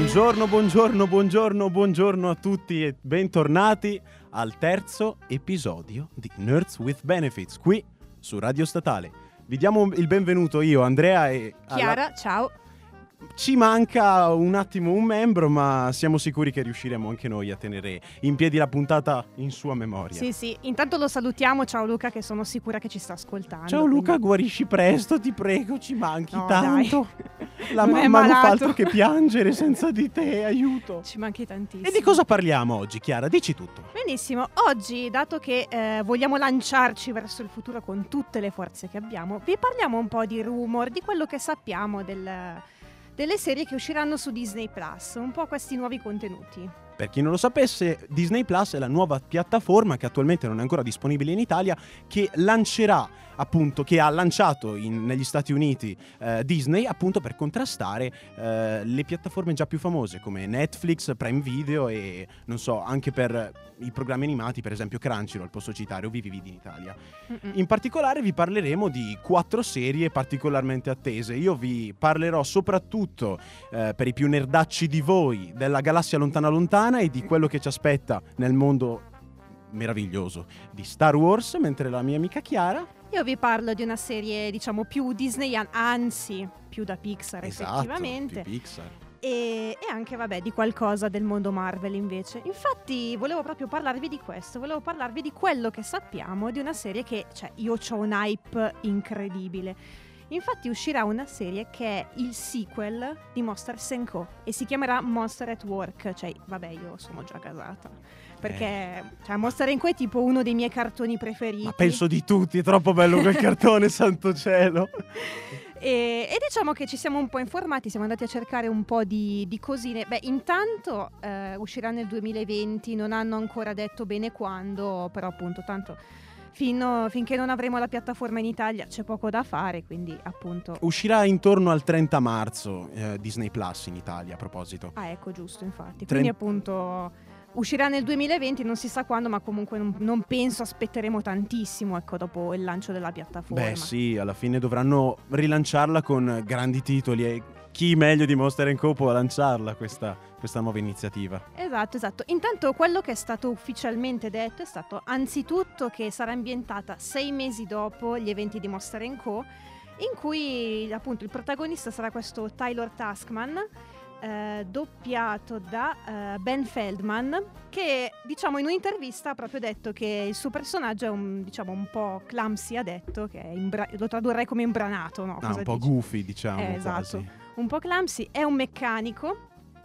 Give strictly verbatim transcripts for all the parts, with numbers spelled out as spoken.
Buongiorno, buongiorno, buongiorno, buongiorno a tutti e bentornati al terzo episodio di Nerds with Benefits qui su Radio Statale. Vi diamo il benvenuto io, Andrea e Chiara, alla... ciao. Ci manca un attimo un membro, ma siamo sicuri che riusciremo anche noi a tenere in piedi la puntata in sua memoria. Sì, sì, intanto lo salutiamo, ciao Luca, che sono sicura che ci sta ascoltando. Ciao quindi... Luca, guarisci presto, ti prego, ci manchi no, tanto. Dai. La non mamma non fa altro che piangere senza di te, aiuto. Ci manchi tantissimo. E di cosa parliamo oggi, Chiara? Dici tutto. Benissimo, oggi, dato che eh, vogliamo lanciarci verso il futuro con tutte le forze che abbiamo, vi parliamo un po' di rumor, di quello che sappiamo del... delle serie che usciranno su Disney Plus, un po' questi nuovi contenuti. Per chi non lo sapesse, Disney Plus è la nuova piattaforma che attualmente non è ancora disponibile in Italia, che lancerà appunto, che ha lanciato in, negli Stati Uniti eh, Disney appunto per contrastare eh, le piattaforme già più famose come Netflix, Prime Video e non so, anche per i programmi animati, per esempio Crunchyroll, posso citare, o Vivi Vidi in Italia. Mm-mm. In particolare vi parleremo di quattro serie particolarmente attese. Io vi parlerò soprattutto eh, per i più nerdacci di voi della galassia lontana lontana e di quello che ci aspetta nel mondo meraviglioso di Star Wars, mentre la mia amica Chiara... Io vi parlo di una serie, diciamo, più Disneyan, anzi, più da Pixar, esatto, effettivamente. Più Pixar. E, e anche, vabbè, di qualcosa del mondo Marvel invece. Infatti volevo proprio parlarvi di questo, volevo parlarvi di quello che sappiamo di una serie che, cioè, io ho un hype incredibile. Infatti uscirà una serie che è il sequel di Monsters and Co. e si chiamerà Monster at Work, cioè, vabbè, io sono già casata. Perché eh. cioè, Monster and Co è tipo uno dei miei cartoni preferiti. Ma penso di tutti, è troppo bello quel cartone, santo cielo. E, e diciamo che ci siamo un po' informati, siamo andati a cercare un po' di, di cosine. Beh, intanto eh, uscirà nel duemilaventi, non hanno ancora detto bene quando, però appunto tanto fino, finché non avremo la piattaforma in Italia c'è poco da fare, quindi appunto... Uscirà intorno al trenta marzo eh, Disney Plus in Italia, a proposito. Ah, ecco, giusto, infatti. Trent- quindi appunto... Uscirà nel duemilaventi, non si sa quando, ma comunque non, non penso aspetteremo tantissimo, ecco, dopo il lancio della piattaforma. Beh sì, alla fine dovranno rilanciarla con grandi titoli e chi meglio di Monster and Co può lanciarla questa, questa nuova iniziativa. Esatto, esatto. Intanto quello che è stato ufficialmente detto è stato anzitutto che sarà ambientata sei mesi dopo gli eventi di Monster and Co, in cui appunto il protagonista sarà questo Tyler Taskman, Eh, doppiato da eh, Ben Feldman, che diciamo in un'intervista ha proprio detto che il suo personaggio è un, diciamo, un po' clumsy, ha detto che è imbra- lo tradurrei come imbranato, no? Ah, Cosa un po' dici? goofy, diciamo, eh, esatto. quasi. Un po' clumsy, è un meccanico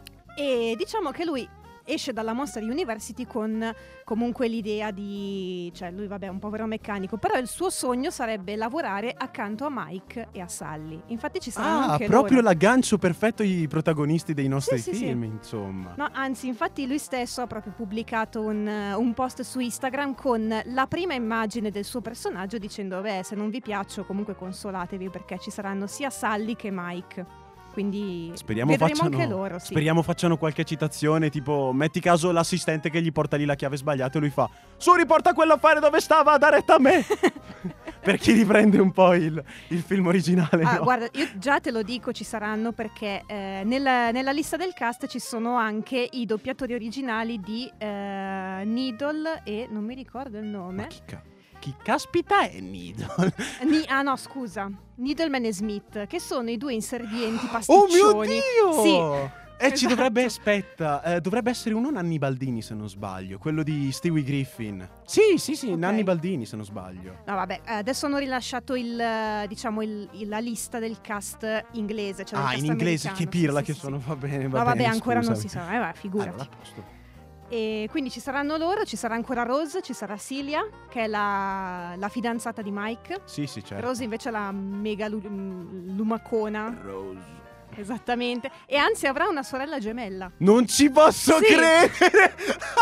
e diciamo che lui esce dalla Monster University con comunque l'idea di... cioè lui vabbè è un povero meccanico, però il suo sogno sarebbe lavorare accanto a Mike e a Sally. Infatti ci saranno ah, anche proprio loro. l'aggancio perfetto ai protagonisti dei nostri sì, sì, film, sì. insomma. No, anzi, infatti lui stesso ha proprio pubblicato un, un post su Instagram con la prima immagine del suo personaggio dicendo beh, se non vi piaccio comunque consolatevi perché ci saranno sia Sally che Mike. Quindi speriamo vedremo facciano, anche loro, sì. Speriamo facciano qualche citazione, tipo metti caso l'assistente che gli porta lì la chiave sbagliata e lui fa su, riporta quell'affare dove stava, da retta a me. Per chi riprende un po' il, il film originale. Ah, no? Guarda, io già te lo dico, ci saranno perché eh, nella, nella lista del cast ci sono anche i doppiatori originali di eh, Needle e non mi ricordo il nome. Ma chi, ca- chi caspita è Needle? Ni- ah no, scusa, Needleman e Smith, che sono i due inservienti Oh pasticcioni. mio Dio! Sì. E Esatto. ci dovrebbe, aspetta, eh, dovrebbe essere uno Nanni Baldini se non sbaglio, quello di Stewie Griffin. Sì, sì, sì, Ok. Nanni Baldini se non sbaglio. No vabbè, adesso hanno rilasciato il, diciamo, il, il- la lista del cast inglese, cioè del Ah, cast in inglese, americano. che pirla Sì, che sì, sono, sì. va bene, va No vabbè, bene, ancora non si scusami. sa, eh, vabbè, figurati. Allora, a posto. E quindi ci saranno loro, ci sarà ancora Rose, ci sarà Celia, che è la, la fidanzata di Mike. Sì, sì, certo. Rose invece è la mega lu- lumacona. Rose. Esattamente. E anzi avrà una sorella gemella. Non ci posso Sì. credere!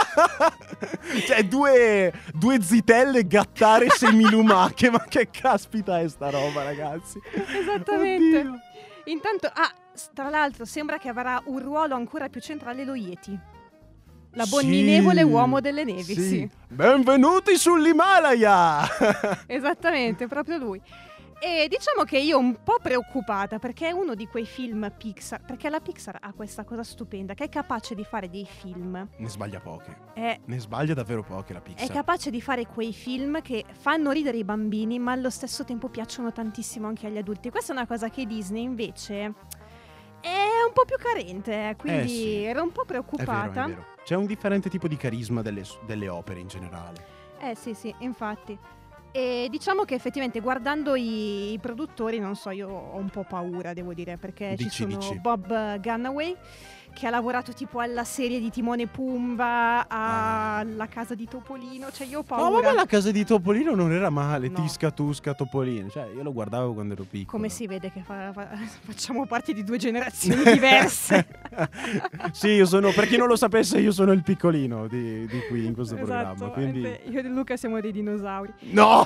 Cioè, due, due zitelle gattare semilumache. Ma che caspita è sta roba, ragazzi? Esattamente. Oddio. Intanto, ah, s- tra l'altro sembra che avrà un ruolo ancora più centrale lo Yeti. La bonninevole Sì, uomo delle nevi, sì. Benvenuti sull'Himalaya! Esattamente, proprio lui. E diciamo che io un po' preoccupata perché è uno di quei film Pixar, perché la Pixar ha questa cosa stupenda che è capace di fare dei film. Ne sbaglia poche. È, Ne sbaglia davvero poche la Pixar. è capace di fare quei film che fanno ridere i bambini ma allo stesso tempo piacciono tantissimo anche agli adulti. Questa è una cosa che Disney invece è un po' più carente, quindi Eh sì. ero un po' È vero, preoccupata. è vero. C'è un differente tipo di carisma delle, delle opere in generale. Eh sì sì, infatti. E diciamo che effettivamente guardando i, i produttori, non so, io ho un po' paura, devo dire, perché Dici, ci sono dici. Bob Gunaway che ha lavorato tipo alla serie di Timone e Pumba, alla casa di Topolino, cioè io ho No, paura. ma la casa di Topolino non era male. No. Tisca, Tusca, Topolino. Cioè, io lo guardavo quando ero piccolo. Come si vede che fa- fa- facciamo parte di due generazioni diverse. Sì, io sono, per chi non lo sapesse, io sono il piccolino di, di qui in questo Esatto, programma. Quindi... mentre io e Luca siamo dei dinosauri. No!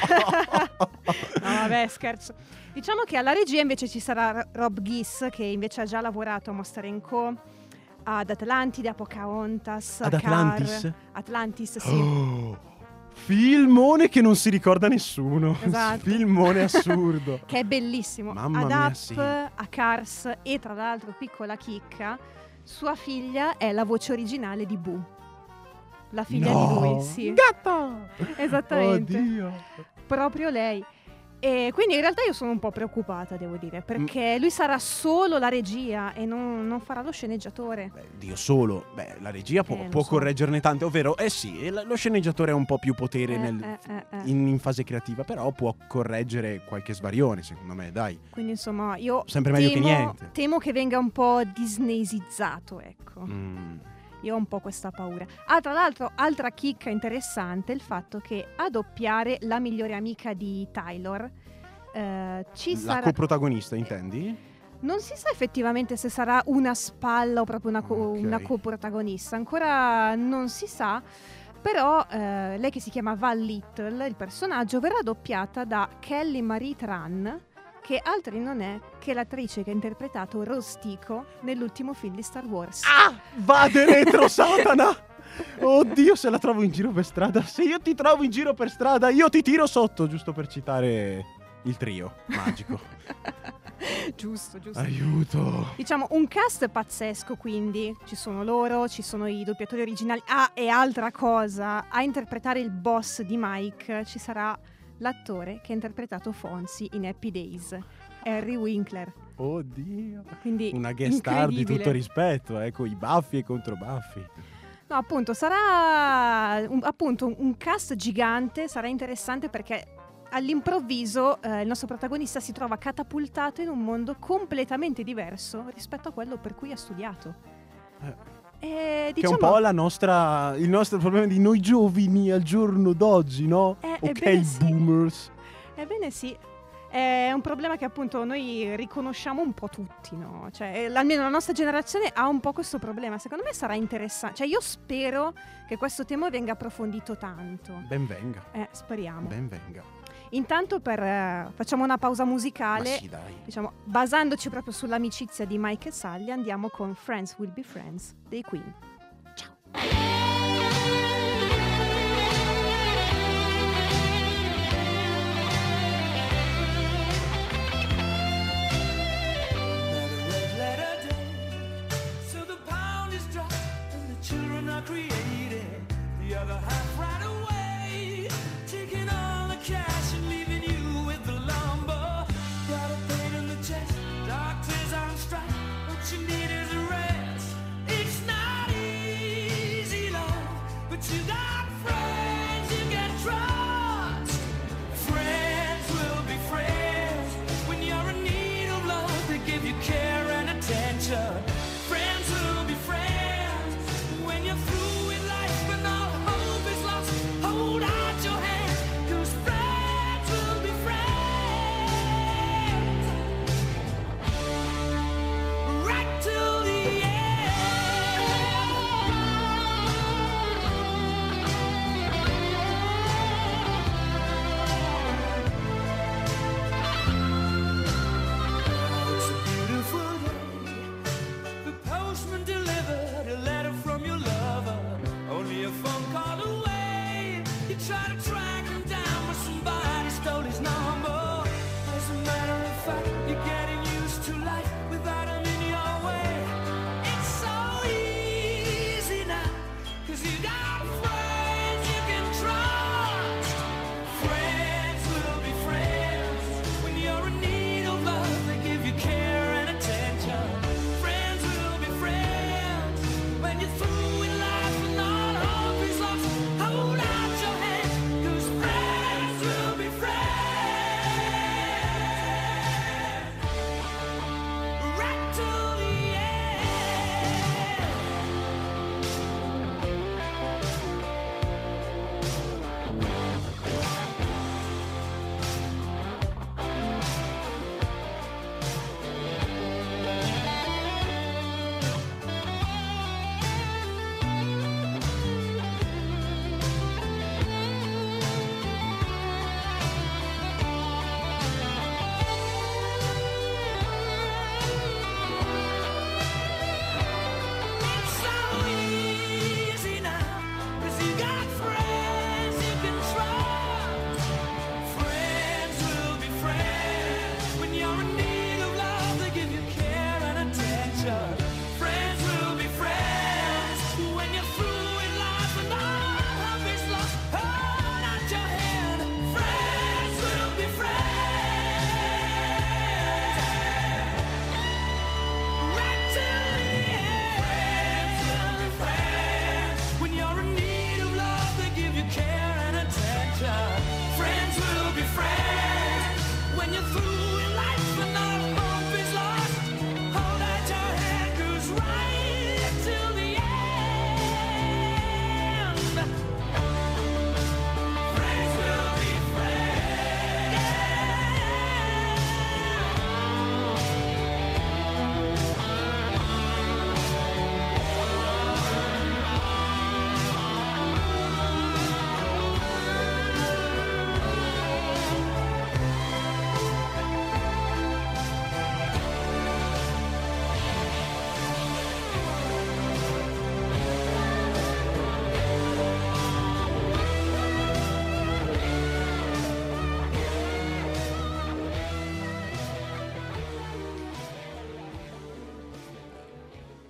No, vabbè, scherzo. Diciamo che alla regia invece ci sarà R- Rob Giss, che invece ha già lavorato a Monster and Co, ad Atlantide, a Pocahontas, Ad a Car- Atlantis? Atlantis, sì. Oh, filmone che non si ricorda nessuno. Esatto. Filmone assurdo. Che è bellissimo. Mamma ad mia, Up, sì. a Cars e tra l'altro, piccola chicca, sua figlia è la voce originale di Boo. La figlia No! di lui, sì. Gatta! Esattamente. Oddio. Proprio lei. E quindi in realtà io sono un po' preoccupata, devo dire, perché lui sarà solo la regia e non, non farà lo sceneggiatore. Beh, Dio solo. Beh, la regia può, Eh, lo può so. correggerne tante, ovvero, eh sì, l- lo sceneggiatore ha un po' più potere Eh, nel- eh, eh, eh. In, in fase creativa, però può correggere qualche svarione, secondo me, dai. Quindi insomma io Sempre meglio che temo, niente. temo che venga un po' disneysizzato, ecco. Mm. Io ho un po' questa paura. Ah, tra l'altro, altra chicca interessante, il fatto che a doppiare la migliore amica di Taylor eh, ci La sarà... coprotagonista, intendi? Non si sa effettivamente se sarà una spalla o proprio una, co- Ok. una coprotagonista, ancora non si sa, però eh, lei che si chiama Val Little, il personaggio, verrà doppiata da Kelly Marie Tran, che altri non è che l'attrice che ha interpretato Rose Tico nell'ultimo film di Star Wars. Ah! Vade retro, Satana! Oddio, se la trovo in giro per strada. Se io ti trovo in giro per strada, io ti tiro sotto, giusto per citare il trio magico. Giusto, giusto. Aiuto. Diciamo un cast pazzesco, quindi ci sono loro, ci sono i doppiatori originali. Ah, e altra cosa, a interpretare il boss di Mike ci sarà l'attore che ha interpretato Fonzie in Happy Days, Harry Winkler. Oddio. Quindi Una guest star di incredibile. tutto rispetto, eh, con i baffi e i controbaffi. No, appunto, sarà un, appunto un cast gigante, sarà interessante perché all'improvviso eh, il nostro protagonista si trova catapultato in un mondo completamente diverso rispetto a quello per cui ha studiato. Eh. E Che è diciamo, un po' la nostra, il nostro problema di noi giovani al giorno d'oggi, no? Eh, ok, ebbene sì. boomers. Ebbene sì, è un problema che appunto noi riconosciamo un po' tutti, no? Cioè, eh, almeno la nostra generazione ha un po' questo problema. Secondo me sarà interessante. Cioè, io spero che questo tema venga approfondito tanto. Ben venga, Eh, speriamo. ben venga. Intanto per, eh, facciamo una pausa Ma musicale. sì, dai. Diciamo, basandoci proprio sull'amicizia di Mike e Sally, andiamo con Friends Will Be Friends dei Queen. Ciao. Another red letter day. So the pound is dropped and the children are created. The other half right away, taking all the cash and leaving you with the lumber. Got a pain in the chest, doctors on strike. What you need is a rest. It's not easy.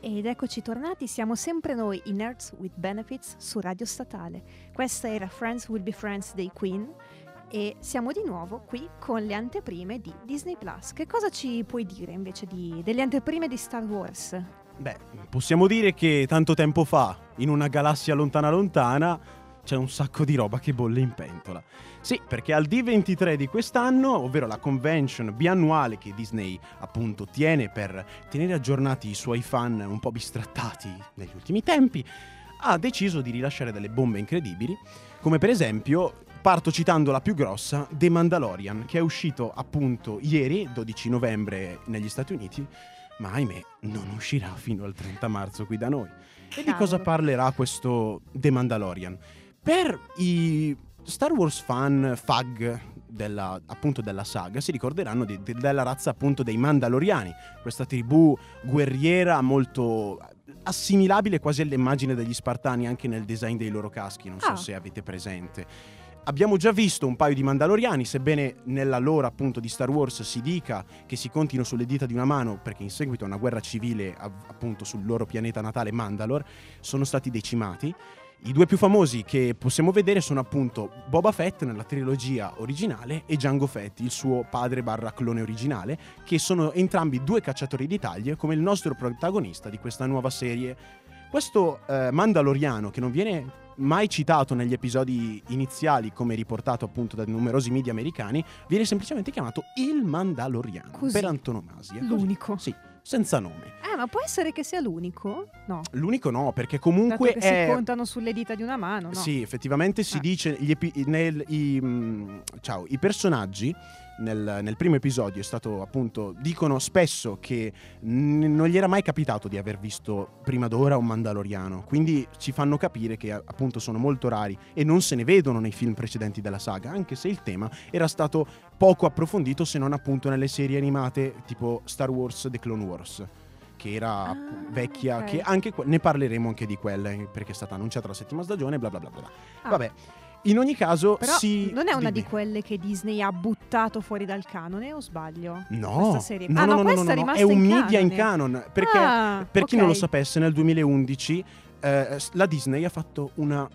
Ed eccoci tornati, siamo sempre noi in Nerds with Benefits su Radio Statale. Questa era Friends Will Be Friends dei Queen e siamo di nuovo qui con le anteprime di Disney Plus. Che cosa ci puoi dire invece di, delle anteprime di Star Wars? Beh, possiamo dire che tanto tempo fa, in una galassia lontana lontana, c'è un sacco di roba che bolle in pentola. Sì, perché al D ventitré di quest'anno, ovvero la convention biannuale che Disney appunto tiene per tenere aggiornati i suoi fan un po' bistrattati negli ultimi tempi, ha deciso di rilasciare delle bombe incredibili, come per esempio, parto citando la più grossa, The Mandalorian, che è uscito appunto ieri, dodici novembre, negli Stati Uniti, ma ahimè non uscirà fino al trenta marzo qui da noi. E di cosa parlerà questo The Mandalorian? Per i Star Wars fan fag della, appunto della saga si ricorderanno di, di, della razza appunto dei Mandaloriani, questa tribù guerriera molto assimilabile quasi all'immagine degli Spartani anche nel design dei loro caschi, non so Ah. se avete presente. Abbiamo già visto un paio di Mandaloriani, sebbene nella lore appunto di Star Wars si dica che si contino sulle dita di una mano perché in seguito a una guerra civile av- appunto sul loro pianeta natale Mandalore sono stati decimati. I due più famosi che possiamo vedere sono appunto Boba Fett nella trilogia originale e Jango Fett, il suo padre barra clone originale, che sono entrambi due cacciatori di taglie come il nostro protagonista di questa nuova serie. Questo eh, Mandaloriano, che non viene mai citato negli episodi iniziali come riportato appunto da numerosi media americani, viene semplicemente chiamato il Mandaloriano, Così? per antonomasia. Così. L'unico? Sì, senza nome. Eh, ma può essere che sia l'unico? No. L'unico no, perché Dato comunque che è... si contano sulle dita di una mano, no? Sì, effettivamente si Ah. dice gli epi- nel, i, mm, ciao, i personaggi nel, nel primo episodio è stato appunto dicono spesso che n- non gli era mai capitato di aver visto prima d'ora un Mandaloriano, quindi ci fanno capire che appunto sono molto rari e non se ne vedono nei film precedenti della saga, anche se il tema era stato poco approfondito se non appunto nelle serie animate tipo Star Wars The Clone Wars, che era Ah, vecchia, ok. che anche que- ne parleremo anche di quella eh, perché è stata annunciata la settima stagione, bla bla bla bla bla. Ah. Vabbè, in ogni caso Però si non è una dimmi. di quelle che Disney ha buttato fuori dal canone, o sbaglio? No, Questa serie. no, Ah, no, no, no, questa no, è no, rimasta è un in media in canone. canon, perché Ah, per chi non lo ok. sapesse nel duemilaundici eh, la Disney ha fatto una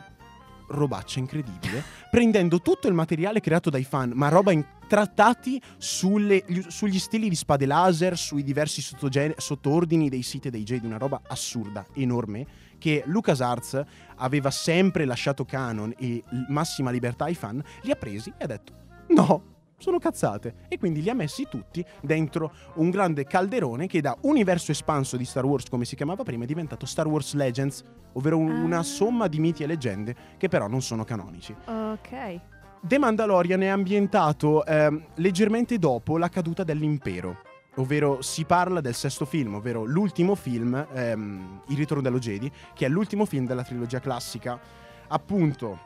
robaccia incredibile prendendo tutto il materiale creato dai fan, ma roba in trattati sulle- gli- sugli stili di spade laser, sui diversi sottogene- sottoordini dei siti e dei Jedi, una roba assurda, enorme, che LucasArts aveva sempre lasciato canon e l- massima libertà ai fan, li ha presi e ha detto no, sono cazzate, e quindi li ha messi tutti dentro un grande calderone che da universo espanso di Star Wars, come si chiamava prima, è diventato Star Wars Legends, ovvero un- Ah. una somma di miti e leggende che però non sono canonici. Ok. The Mandalorian è ambientato ehm, leggermente dopo la caduta dell'impero, ovvero si parla del sesto film, ovvero l'ultimo film, ehm, Il ritorno dello Jedi, che è l'ultimo film della trilogia classica, appunto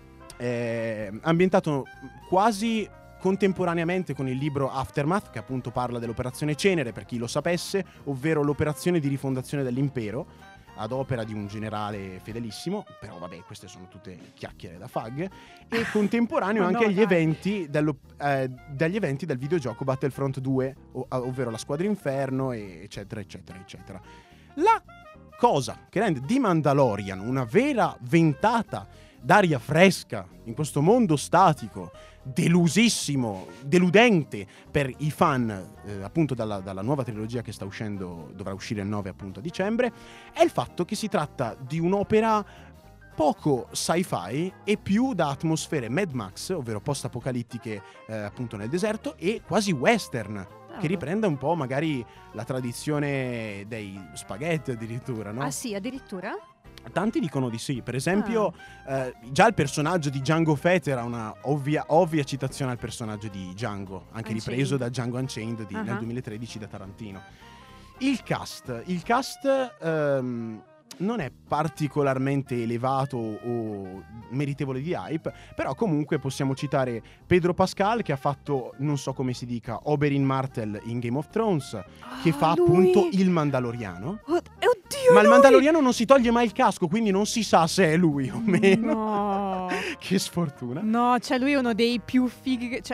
eh, ambientato quasi contemporaneamente con il libro Aftermath, che appunto parla dell'operazione Cenere, per chi lo sapesse, ovvero l'operazione di rifondazione dell'impero ad opera di un generale fedelissimo, però vabbè, queste sono tutte chiacchiere da fag, e contemporaneo Ma no, anche agli dai. eventi dello- eh, dagli eventi del videogioco Battlefront due, o- ovvero la Squadra Inferno, e eccetera eccetera eccetera. La cosa che rende The Mandalorian una vera ventata d'aria fresca in questo mondo statico, delusissimo, deludente per i fan eh, appunto dalla, dalla nuova trilogia che sta uscendo, dovrà uscire il nove appunto a dicembre, è il fatto che si tratta di un'opera poco sci-fi e più da atmosfere Mad Max, ovvero post-apocalittiche eh, appunto nel deserto, e quasi western, che riprenda un po' magari la tradizione dei spaghetti addirittura, no? Ah sì, addirittura? Tanti dicono di sì, per esempio eh, già il personaggio di Jango Fett era una ovvia, ovvia citazione al personaggio di Django, anche Unchained. ripreso da Django Unchained di, Ah. nel duemilatredici da Tarantino. Il cast, il cast ehm, non è particolarmente elevato o meritevole di hype, però comunque possiamo citare Pedro Pascal, che ha fatto, non so come si dica, Oberyn Martell in Game of Thrones, che Ah, fa lui! appunto il Mandaloriano. Oh, oddio, Ma il lui! Mandaloriano non si toglie mai il casco, quindi non si sa se è lui o meno. No. Che sfortuna. No, cioè lui è uno dei più fighi, che- cioè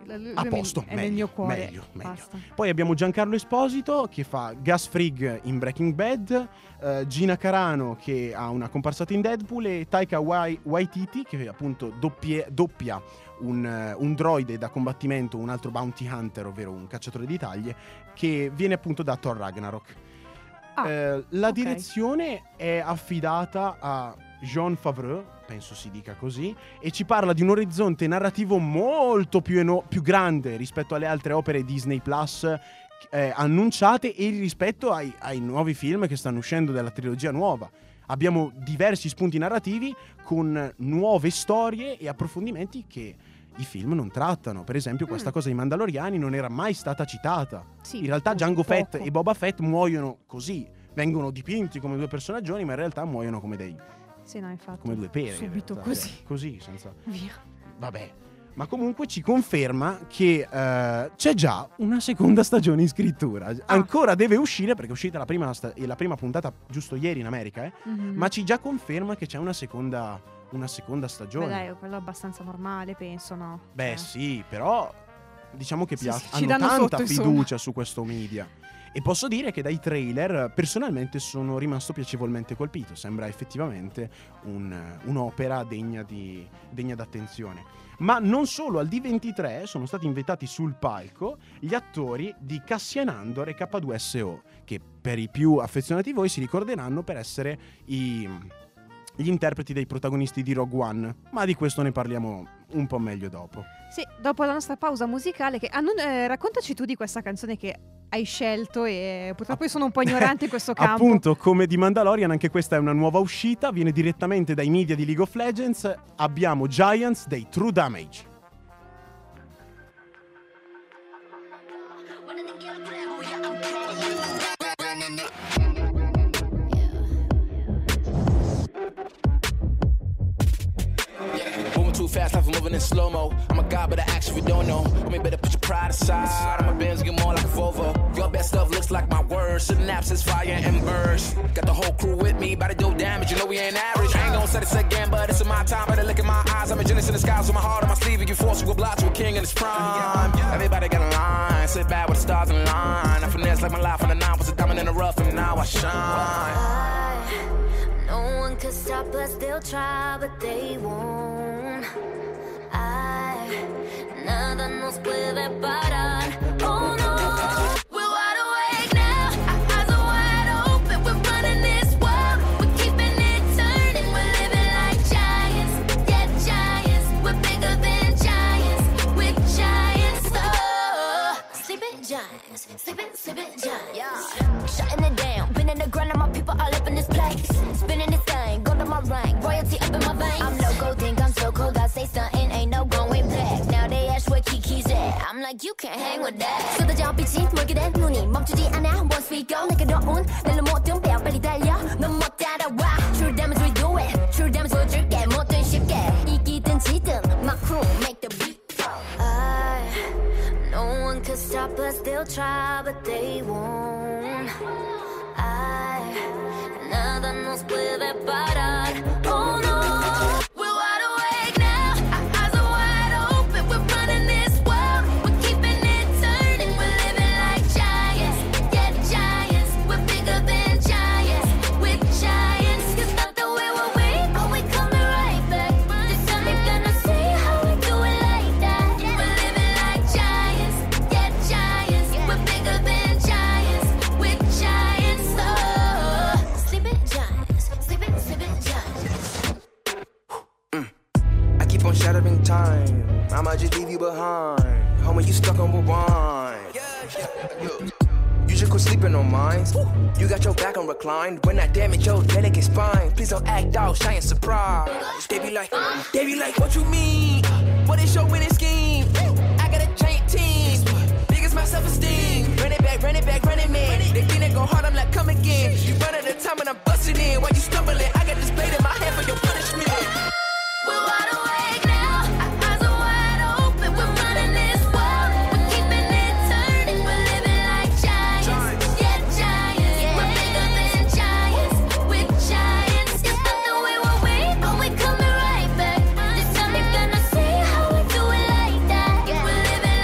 lui A mi- posto, è meglio, nel mio cuore. meglio, meglio. Basta. Poi abbiamo Giancarlo Esposito che fa Gus Fring in Breaking Bad, eh, Gina Carano che ha una comparsata in Deadpool e Taika Wai- Waititi che appunto doppie- doppia un, eh, un droide da combattimento, un altro bounty hunter, ovvero un cacciatore di taglie, che viene appunto da Thor Ragnarok. Ah, Eh, la ok. direzione è affidata a Jon Favreau, penso si dica così, e ci parla di un orizzonte narrativo molto più, eno- più grande rispetto alle altre opere Disney Plus eh, annunciate e rispetto ai, ai nuovi film che stanno uscendo dalla trilogia nuova. Abbiamo diversi spunti narrativi con nuove storie e approfondimenti che i film non trattano. Per esempio, questa Mm. cosa dei Mandaloriani non era mai stata citata. Sì, In realtà molto Jango Fett poco. e Boba Fett muoiono così, vengono dipinti come due personaggioni, ma in realtà muoiono come dei Sì, no, infatti. come due pere. in Subito realtà. così. Cioè, così, senza... Via. Vabbè. Ma comunque ci conferma che eh, c'è già una seconda stagione in scrittura. Ancora deve uscire perché è uscita la prima, sta- la prima puntata giusto ieri in America, eh? Mhm. Ma ci già conferma che c'è una seconda, una seconda Beh, stagione. dai, quello è abbastanza normale, penso, no? Beh Eh. sì, però diciamo che Sì, pia- sì, ci hanno danno tanta sotto, insomma. fiducia su questo media. E posso dire che dai trailer personalmente sono rimasto piacevolmente colpito. Sembra effettivamente un- un'opera degna di degna d'attenzione. Ma non solo, al D ventitré sono stati invitati sul palco gli attori di Cassian Andor e K due S O, che per i più affezionati voi si ricorderanno per essere i, gli interpreti dei protagonisti di Rogue One. Ma di questo ne parliamo un po' meglio dopo. Sì, dopo la nostra pausa musicale, che, ah, non- eh, raccontaci tu di questa canzone che hai scelto e purtroppo io sono un po' ignorante in questo campo. Appunto, come di Mandalorian, anche questa è una nuova uscita, viene direttamente dai media di League of Legends. Abbiamo Giants dei True Damage. Moving too fast, life is moving in slow mo. I'm a god, but I actually don't know. I mean, better put your pride aside. I'm a Benz, get more like a Volvo. Your best stuff looks like my words. Synapses, fire and burst. Got the whole crew with me, about to do damage. You know we ain't average. I ain't gonna say this again, but it's in my time. Better look in my eyes. I'm a genius in the skies with my heart on my sleeve. And you force you a block to a king in his prime. Everybody got a line. Sit back with the stars in line. I finesse like my life on the nine. Was a diamond in the rough, and now I shine. No one could stop us, they'll try, but they won't. I, nada nos puede parar. Oh no, we're wide awake now. Our eyes are wide open. We're running this world. We're keeping it turning. We're living like giants, yeah, giants. We're bigger than giants. We're giants. Oh, sleeping giants, sleeping, sleeping giants. Yeah, shutting it down, been in the ground, and my people all up in this place. Spinning this thing, go to my rank, royalty up in my veins. I'm loco, think I'm so cold, I say stuntin', ain't no going back. Now they ask where Kiki's at, I'm like you can't hang with that. 쏟아져 빛이 멀게 된 눈이 멈추지 않아. Once we go, 내게 더운 날로 모든 뼈 빨리 달려. 넌 못 따라와. True damage we do it, true damage 보여줄게. 뭐든 쉽게 이기든 지든 my crew make the beat. I, no one could stop us, they'll try, but they won't. I, nada nos puede parar. Oh no, we're wide awake now. Our eyes are wide open. We're running this world. We're keeping it turning. We're living like giants, yeah, giants. We're bigger than giants. We're giants. It's not the way we're weak, but we coming right back. This time you're gonna see how we do it like that. We're living like giants, yeah, giants. We're bigger than giants. We're giants. Oh, sleeping giants, sleeping, sleeping giants. I keep on shattering time. I might just leave you behind. Homie, you stuck on rewind. You just quit sleeping on mine. You got your back on reclined. When I damage your delicate spine, please don't act out, shy and surprise. They be like, they be like, what you mean? What is your winning scheme? I got a giant team. Niggas my self-esteem. Run it back, run it back, run it, man. They think they go hard, I'm like, come again. You run at a time and I'm busting in. While you stumbling, I got this blade in my hand for your punishment. We're wide awake now. Our eyes are wide open. We're running this world. We're keeping it turning. We're living like giants, yeah, giants. We're bigger than giants. We're giants. It's not the way we're weak, but we coming right back. This time you're gonna see how we do it like that. We're living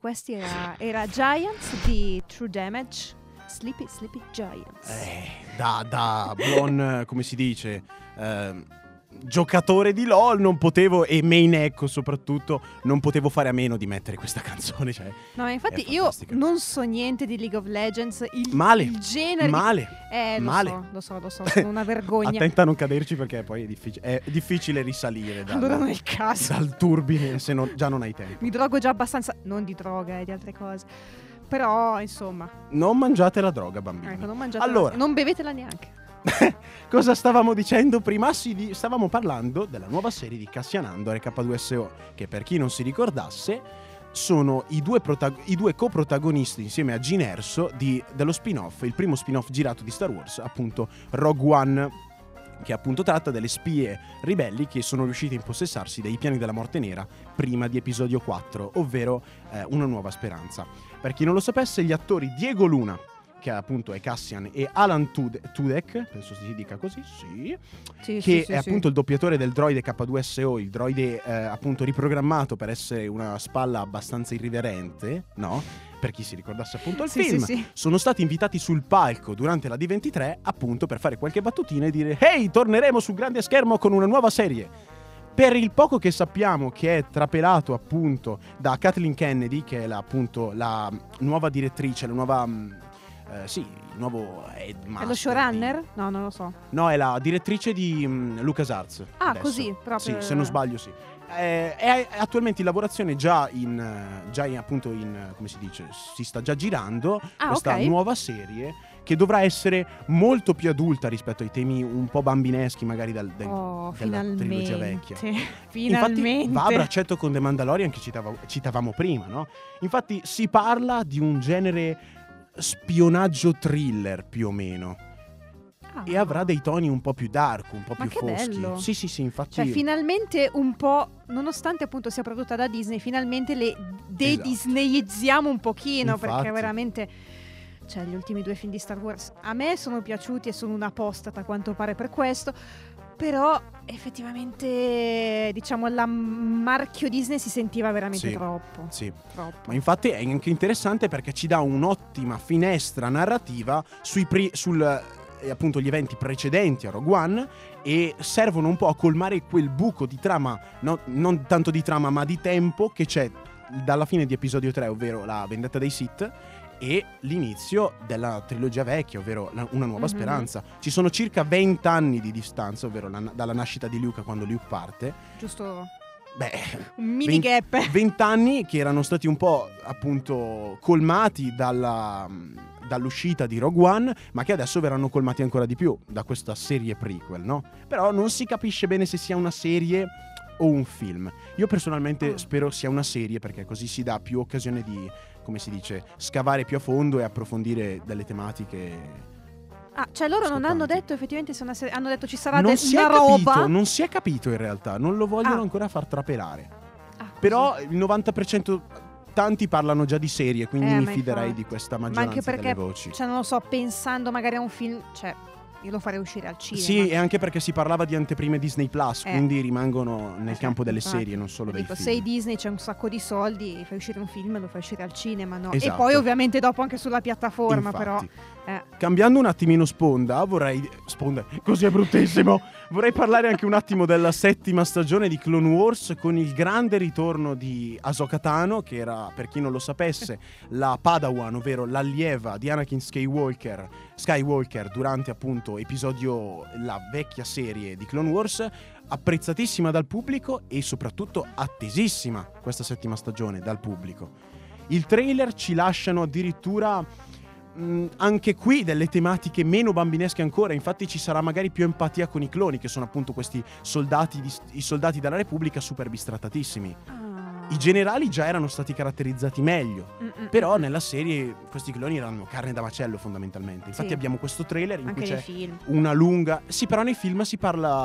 questi era, era Giants di True Damage. Sleepy Sleepy Giants. Eh, da, da buon, come si dice, ehm, giocatore di LOL non potevo, e main echo soprattutto, non potevo fare a meno di mettere questa canzone, cioè, No, ma infatti è io fantastica. non so niente di League of Legends. Il, Male, il genere. di- male, Eh, lo male. so, lo so, lo so, sono una vergogna. Attenta a non caderci, perché poi è, diffic- è difficile risalire dal, Allora non è il caso. dal turbine se non- già non hai tempo. Mi drogo già abbastanza, non di droga e di altre cose. Però, insomma, Non mangiate la droga, bambini. ecco, non mangiate Allora, non bevetela neanche. cosa stavamo dicendo prima? Sì, di- stavamo parlando della nuova serie di Cassian Andor e K due S O, che per chi non si ricordasse sono i due, protag- i due coprotagonisti insieme a Gin Erso di- dello spin-off, il primo spin-off girato di Star Wars, appunto Rogue One, che appunto tratta delle spie ribelli che sono riuscite a impossessarsi dei piani della morte nera prima di episodio quattro, ovvero eh, Una nuova speranza. Per chi non lo sapesse, gli attori Diego Luna, che appunto è Cassian, e Alan Tude- Tudyk, penso si dica così, sì, Sì, che sì, è sì, appunto sì. il doppiatore del droide K due S O, il droide eh, appunto riprogrammato per essere una spalla abbastanza irriverente, no? Per chi si ricordasse appunto il Sì, film, sì, sì. sono stati invitati sul palco durante la D ventitré appunto per fare qualche battutina e dire «Ehi, torneremo sul grande schermo con una nuova serie». Per il poco che sappiamo, che è trapelato appunto da Kathleen Kennedy, che è la, appunto la nuova direttrice, la nuova... mh, eh, sì, il nuovo headmaster È lo showrunner? No, non lo so. di- No, è la direttrice di mh, LucasArts. Ah, adesso. così, proprio. Sì, se non sbaglio sì. Eh, è attualmente in lavorazione già in, eh, già in appunto in, eh, come si dice, si sta già girando Ah, questa ok. nuova serie che dovrà essere molto più adulta rispetto ai temi un po' bambineschi magari dal, del- Oh, della finalmente. trilogia vecchia. Finalmente. Infatti va a braccetto con The Mandalorian che citava- citavamo prima, no? Infatti si parla di un genere spionaggio thriller più o meno Ah. e avrà dei toni un po' più dark, un po' Ma più che foschi. bello. Sì, sì, sì, infatti Cioè, finalmente un po', nonostante appunto sia prodotta da Disney, finalmente le de-disneyizziamo un pochino, Infatti. perché veramente, cioè, gli ultimi due film di Star Wars a me sono piaciuti e sono una apostata a quanto pare per questo, però effettivamente, diciamo, la marchio Disney si sentiva veramente Sì. troppo, sì. troppo. Ma infatti è anche interessante perché ci dà un'ottima finestra narrativa sui pri- sul eh, appunto gli eventi precedenti a Rogue One e servono un po' a colmare quel buco di trama, no- non tanto di trama ma di tempo che c'è dalla fine di episodio tre, ovvero la vendetta dei Sith, e l'inizio della trilogia vecchia, ovvero la- Una nuova Mhm. speranza. Ci sono circa venti anni di distanza, ovvero la- dalla nascita di Luke a quando Luke parte. Giusto Beh, un mini gap. vent'anni che erano stati un po' appunto colmati dalla, dall'uscita di Rogue One, ma che adesso verranno colmati ancora di più da questa serie prequel, no? Però non si capisce bene se sia una serie o un film. Io personalmente Ah. spero sia una serie, perché così si dà più occasione di, come si dice, scavare più a fondo e approfondire delle tematiche. Ah, cioè loro non hanno Scottanti. detto effettivamente se una serie, hanno detto ci sarà Non de- si una è capito, roba. non si è capito in realtà, non lo vogliono Ah. ancora far trapelare. Ah, così. Però il novanta per cento tanti parlano già di serie, quindi Eh, mi ma fiderei infatti. di questa Ma maggioranza anche perché, delle voci. cioè non lo so, pensando magari a un film, cioè io lo farei uscire al cinema. Sì, e anche perché si parlava di anteprime Disney Plus, Eh. quindi rimangono nel Eh, campo delle infatti. serie, non solo dei Dico, film. se Disney c'è un sacco di soldi, fai uscire un film, lo fai uscire al cinema, no? E Esatto. poi ovviamente dopo anche sulla piattaforma, Infatti. però. Eh. Cambiando un attimino sponda, vorrei... Sponda, così è bruttissimo! Vorrei parlare anche un attimo della settima stagione di Clone Wars, con il grande ritorno di Ahsoka Tano, che era, per chi non lo sapesse, la Padawan, ovvero l'allieva di Anakin Skywalker, Skywalker durante appunto episodio, la vecchia serie di Clone Wars, apprezzatissima dal pubblico e soprattutto attesissima questa settima stagione dal pubblico. Il trailer ci lasciano addirittura... Mm, anche qui delle tematiche meno bambinesche ancora, infatti ci sarà magari più empatia con i cloni, che sono appunto questi soldati, di, i soldati della Repubblica super bistrattatissimi. Ah. I generali già erano stati caratterizzati meglio, Mm, mm, però mm. nella serie questi cloni erano carne da macello fondamentalmente. Infatti Sì. abbiamo questo trailer in Anche cui nei c'è film. una lunga... Sì, però nei film si parla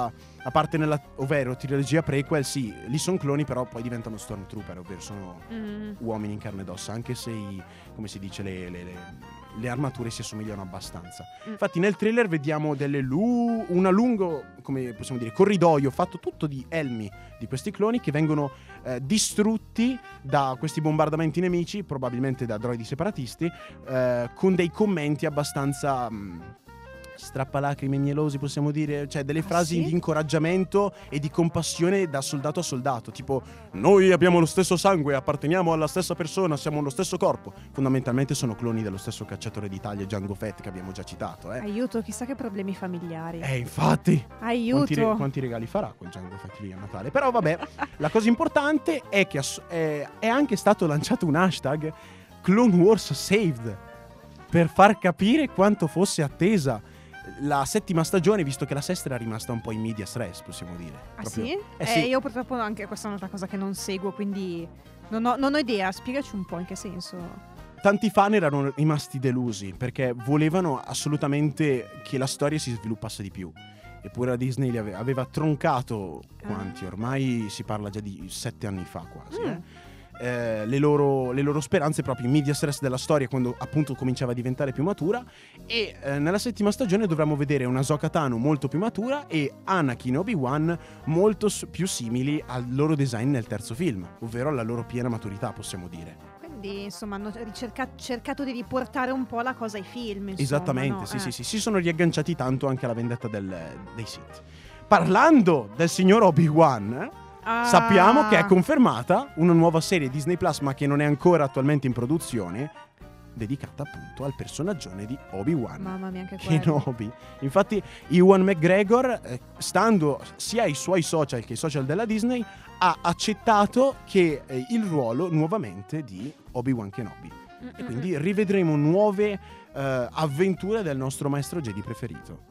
a parte nella, ovvero trilogia prequel, sì, lì sono cloni, però poi diventano Stormtrooper, ovvero sono Mm. uomini in carne ed ossa, anche se i, come si dice, le, le- le- le armature si assomigliano abbastanza. Mm. Infatti nel trailer vediamo delle lu- una lungo, come possiamo dire, corridoio fatto tutto di elmi di questi cloni che vengono eh, distrutti da questi bombardamenti nemici, probabilmente da droidi separatisti, eh, con dei commenti abbastanza mh, strappalacrime mielosi, possiamo dire, cioè delle Ah, frasi sì? di incoraggiamento e di compassione da soldato a soldato, tipo noi abbiamo lo stesso sangue, apparteniamo alla stessa persona, siamo lo stesso corpo. Fondamentalmente sono cloni dello stesso cacciatore d'Italia, Django Fett, che abbiamo già citato, eh. Aiuto, chissà che problemi familiari. Eh, infatti, Aiuto. quanti, re- quanti regali farà quel Django Fett lì a Natale? Però vabbè, la cosa importante è che ass- è, è anche stato lanciato un hashtag Clone Wars Saved per far capire quanto fosse attesa la settima stagione, visto che la sesta era rimasta un po' in media stress, possiamo dire. Ah Proprio- sì? Eh Eh, sì. io purtroppo anche questa è un'altra cosa che non seguo, quindi non ho, non ho idea. Spiegaci un po' in che senso. Tanti fan erano rimasti delusi perché volevano assolutamente che la storia si sviluppasse di più. Eppure la Disney li ave- aveva troncato quanti? Ormai si parla già di sette anni fa quasi. Mm. eh. Eh, le, loro, le loro speranze proprio in media stress della storia, quando appunto cominciava a diventare più matura. E eh, nella settima stagione dovremo vedere una Ahsoka Tano molto più matura e Anakin e Obi-Wan molto s- più simili al loro design nel terzo film, ovvero alla loro piena maturità, possiamo dire. Quindi insomma hanno ricerca- cercato di riportare un po' la cosa ai film. Insomma, Esattamente, no? sì, Eh. sì, sì, si sono riagganciati tanto anche alla vendetta del- dei Sith. Parlando del signor Obi-Wan, eh, Ah. sappiamo che è confermata una nuova serie Disney Plus, ma che non è ancora attualmente in produzione, dedicata appunto al personaggione di Obi-Wan Mamma mia, anche quello. Kenobi. Infatti Ewan McGregor, eh, stando sia ai suoi social che ai social della Disney, ha accettato che eh, il ruolo nuovamente di Obi-Wan Kenobi. E quindi rivedremo nuove eh, avventure del nostro maestro Jedi preferito.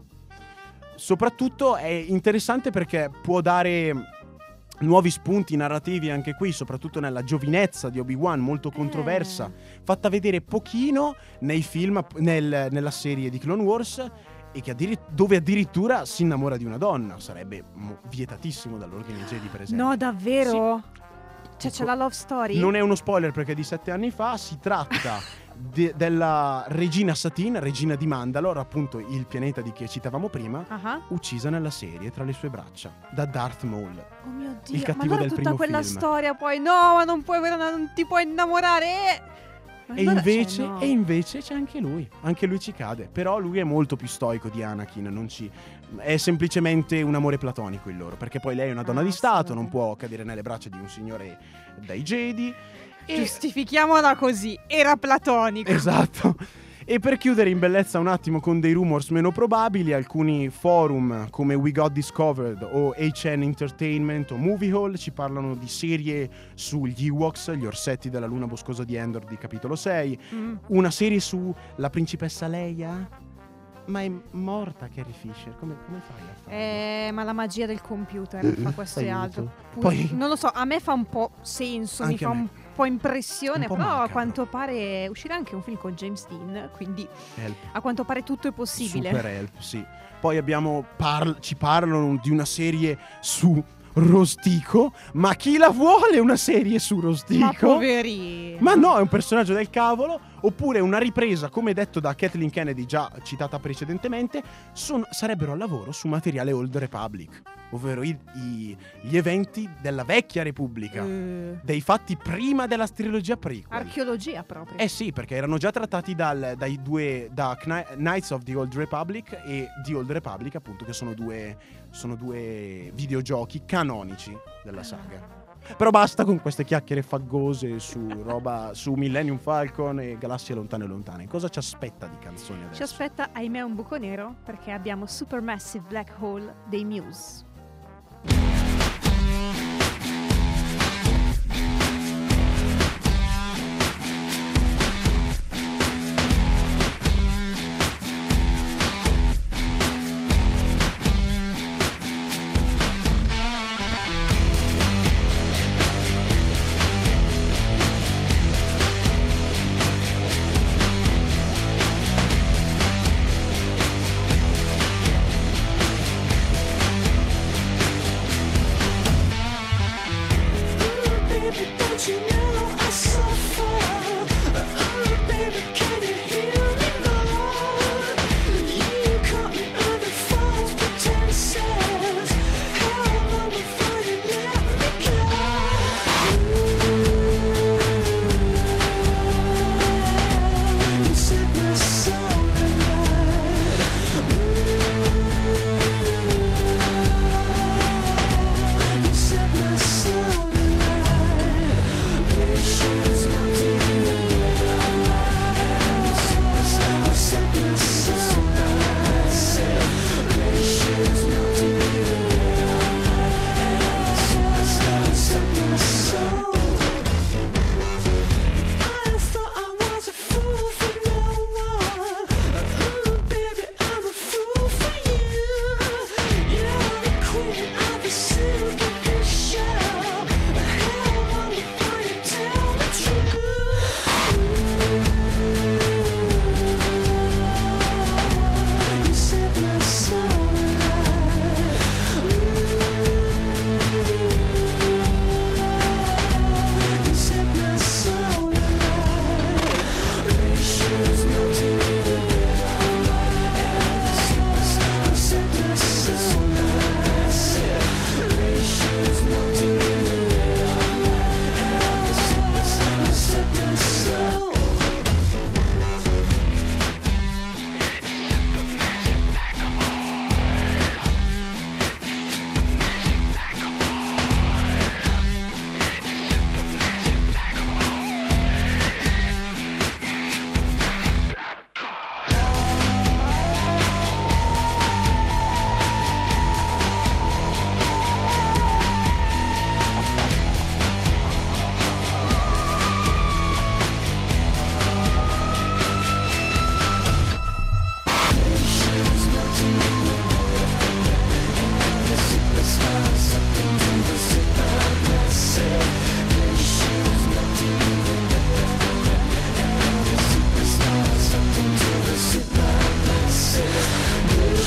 Soprattutto è interessante perché può dare nuovi spunti narrativi anche qui, soprattutto nella giovinezza di Obi-Wan, molto controversa, fatta vedere pochino nei film, nel- nella serie di Clone Wars, e che addiri- dove addirittura si innamora di una donna. Sarebbe mo- vietatissimo dall'ordine Jedi, per esempio. No, davvero? Cioè Ecco, c'è la love story? Non è uno spoiler perché è di sette anni fa. Si tratta de- della regina Satine, regina di Mandalore, appunto il pianeta di che citavamo prima, Ah, uccisa nella serie tra le sue braccia da Darth Maul. oh mio Dio, Il ma cattivo allora del tutta primo quella film. storia poi no, ma non puoi avere una- non ti puoi innamorare. Ma E allora, invece, cioè, no. e invece c'è anche lui, anche lui ci cade, però lui è molto più stoico di Anakin, non ci... è semplicemente un amore platonico il loro, perché poi lei è una donna Ah, di sì, stato, vabbè. non può cadere nelle braccia di un signore dai Jedi. E... Giustifichiamola così, era platonico. Esatto. E per chiudere in bellezza un attimo con dei rumors meno probabili, alcuni forum come We Got Discovered o H N Entertainment o Movie Hall ci parlano di serie sugli Ewoks, gli orsetti della luna boscosa di Endor di capitolo sei, Mm. una serie su la principessa Leia. Ma è morta Carrie Fisher, come, come fai a farlo? Eh, ma la magia del computer fa questo e Aiuto. altro. Pu- Poi- non lo so, a me fa un po' senso, mi Anche fa a me. un po' impressione, Un po' però a macabro. quanto pare uscirà anche un film con James Dean, quindi Help. a quanto pare tutto è possibile. Super Help, sì. Poi abbiamo parl- ci parlano di una serie su Rostico, ma chi la vuole una serie su Rostico? Ma poverino. Ma no, è un personaggio del cavolo. Oppure una ripresa, come detto da Kathleen Kennedy, già citata precedentemente, son- sarebbero al lavoro su materiale Old Republic, ovvero i- i- gli eventi della vecchia Repubblica, Eh, dei fatti prima della trilogia prequel. archeologia proprio. Eh sì, perché erano già trattati dal- dai due da Kni- Knights of the Old Republic e The Old Republic, appunto, che sono due, sono due videogiochi canonici della saga. Però basta con queste chiacchiere faggose su roba su Millennium Falcon e galassie lontane e lontane. Cosa ci aspetta di canzoni adesso? Ci aspetta, ahimè, un buco nero perché abbiamo Supermassive Black Hole dei Muse.